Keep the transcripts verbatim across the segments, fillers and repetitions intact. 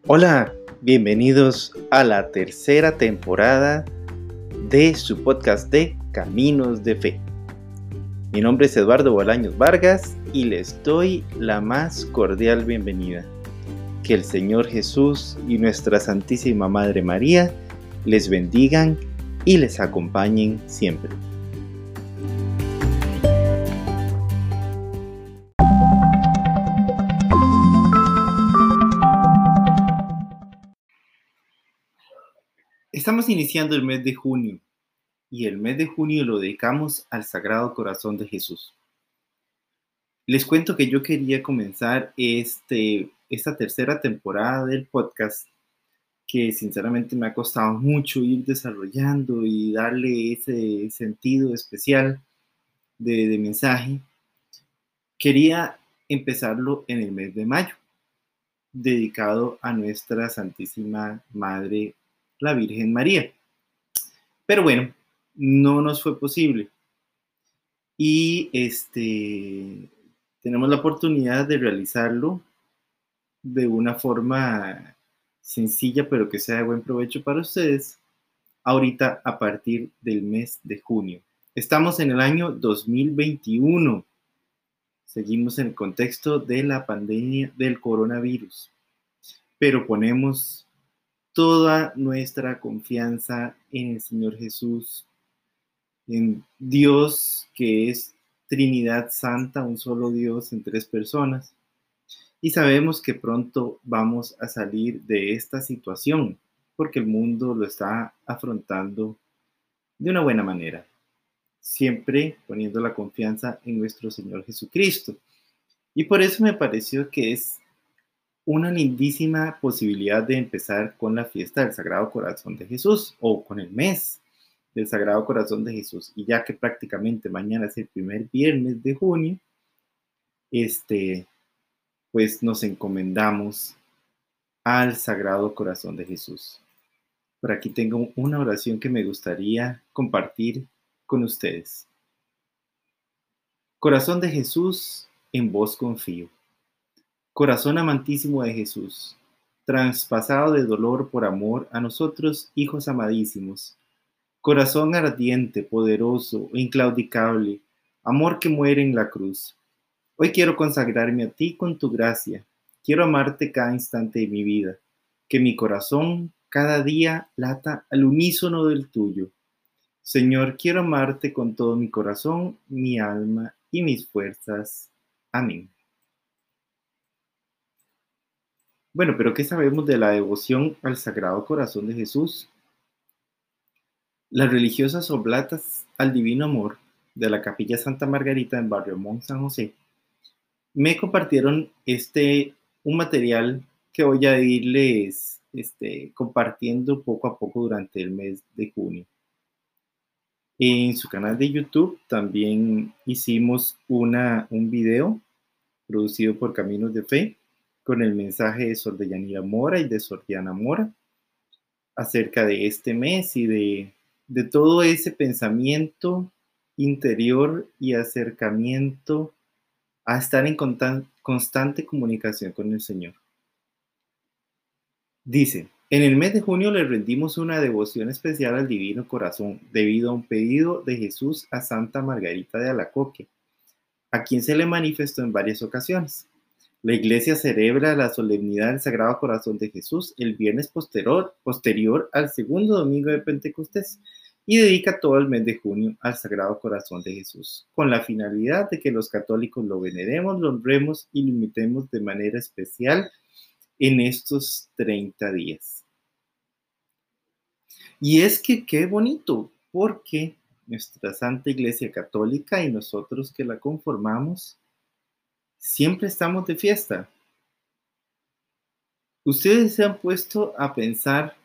Hola, bienvenidos a la tercera temporada de su podcast de Caminos de Fe. Mi nombre es Eduardo Bolaños Vargas y les doy la más cordial bienvenida. Que el Señor Jesús y nuestra Santísima Madre María les bendigan y les acompañen siempre. Estamos iniciando el mes de junio y el mes de junio lo dedicamos al Sagrado Corazón de Jesús. Les cuento que yo quería comenzar este, esta tercera temporada del podcast que sinceramente me ha costado mucho ir desarrollando y darle ese sentido especial de, de mensaje. Quería empezarlo en el mes de mayo, dedicado a nuestra Santísima Madre, la Virgen María. Pero bueno, no nos fue posible. Y este, tenemos la oportunidad de realizarlo de una forma sencilla, pero que sea de buen provecho para ustedes, ahorita a partir del mes de junio. Estamos en el año dos mil veintiuno. Seguimos en el contexto de la pandemia del coronavirus, pero ponemos toda nuestra confianza en el Señor Jesús, en Dios que es Trinidad Santa, un solo Dios en tres personas. Y sabemos que pronto vamos a salir de esta situación, porque el mundo lo está afrontando de una buena manera, siempre poniendo la confianza en nuestro Señor Jesucristo. Y por eso me pareció que es una lindísima posibilidad de empezar con la fiesta del Sagrado Corazón de Jesús, o con el mes del Sagrado Corazón de Jesús. Y ya que prácticamente mañana es el primer viernes de junio, este... pues nos encomendamos al Sagrado Corazón de Jesús. Por aquí tengo una oración que me gustaría compartir con ustedes. Corazón de Jesús, en vos confío. Corazón amantísimo de Jesús, traspasado de dolor por amor a nosotros, hijos amadísimos. Corazón ardiente, poderoso, inclaudicable, amor que muere en la cruz. Hoy quiero consagrarme a ti con tu gracia. Quiero amarte cada instante de mi vida. Que mi corazón cada día lata al unísono del tuyo. Señor, quiero amarte con todo mi corazón, mi alma y mis fuerzas. Amén. Bueno, pero ¿qué sabemos de la devoción al Sagrado Corazón de Jesús? Las religiosas oblatas al Divino Amor de la Capilla Santa Margarita en Barrio Mont San José me compartieron este, un material que voy a irles este, compartiendo poco a poco durante el mes de junio. En su canal de YouTube también hicimos una, un video producido por Caminos de Fe con el mensaje de Sor Deyanira Mora y de Sor Diana Mora acerca de este mes y de, de todo ese pensamiento interior y acercamiento a estar en constante comunicación con el Señor. Dice, en el mes de junio le rendimos una devoción especial al Divino Corazón debido a un pedido de Jesús a Santa Margarita de Alacoque, a quien se le manifestó en varias ocasiones. La Iglesia celebra la solemnidad del Sagrado Corazón de Jesús el viernes posterior, posterior al segundo domingo de Pentecostés y dedica todo el mes de junio al Sagrado Corazón de Jesús, con la finalidad de que los católicos lo veneremos, lo honremos y lo imitemos de manera especial en estos treinta días. Y es que qué bonito, porque nuestra Santa Iglesia Católica y nosotros que la conformamos, siempre estamos de fiesta. Ustedes se han puesto a pensar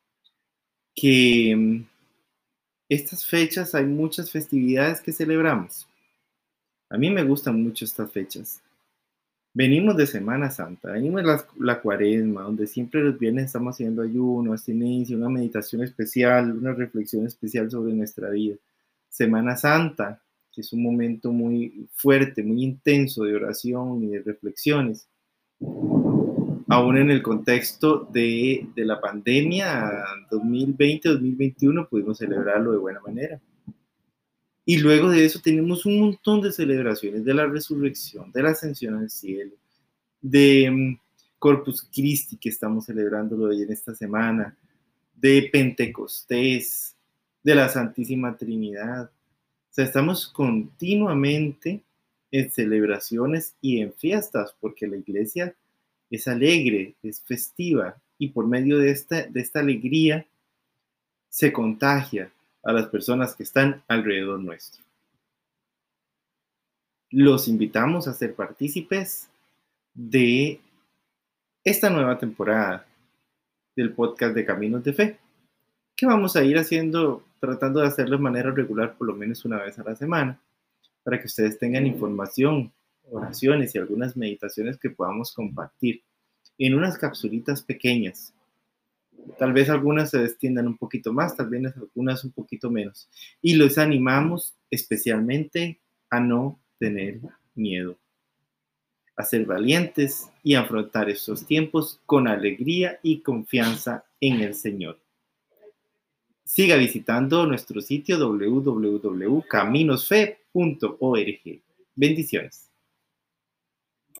que estas fechas hay muchas festividades que celebramos. A mí me gustan mucho estas fechas. Venimos de Semana Santa, venimos de la, la Cuaresma, donde siempre los viernes estamos haciendo ayuno, abstinencia, una meditación especial, una reflexión especial sobre nuestra vida. Semana Santa, que es un momento muy fuerte, muy intenso de oración y de reflexiones. aún en el contexto de, de la pandemia dos mil veinte dos mil veintiuno, pudimos celebrarlo de buena manera. Y luego de eso tenemos un montón de celebraciones de la resurrección, de la ascensión al cielo, de um, Corpus Christi, que estamos celebrando hoy en esta semana, de Pentecostés, de la Santísima Trinidad. O sea, estamos continuamente en celebraciones y en fiestas, porque la iglesia es alegre, es festiva, y por medio de esta, de esta alegría se contagia a las personas que están alrededor nuestro. Los invitamos a ser partícipes de esta nueva temporada del podcast de Caminos de Fe, que vamos a ir haciendo, tratando de hacerlo de manera regular por lo menos una vez a la semana, para que ustedes tengan información, oraciones y algunas meditaciones que podamos compartir en unas capsulitas pequeñas. Tal vez algunas se extiendan un poquito más, tal vez algunas un poquito menos. Y los animamos especialmente a no tener miedo, a ser valientes y afrontar estos tiempos con alegría y confianza en el Señor. Siga visitando nuestro sitio doble u doble u doble u punto caminos fe punto org. Bendiciones.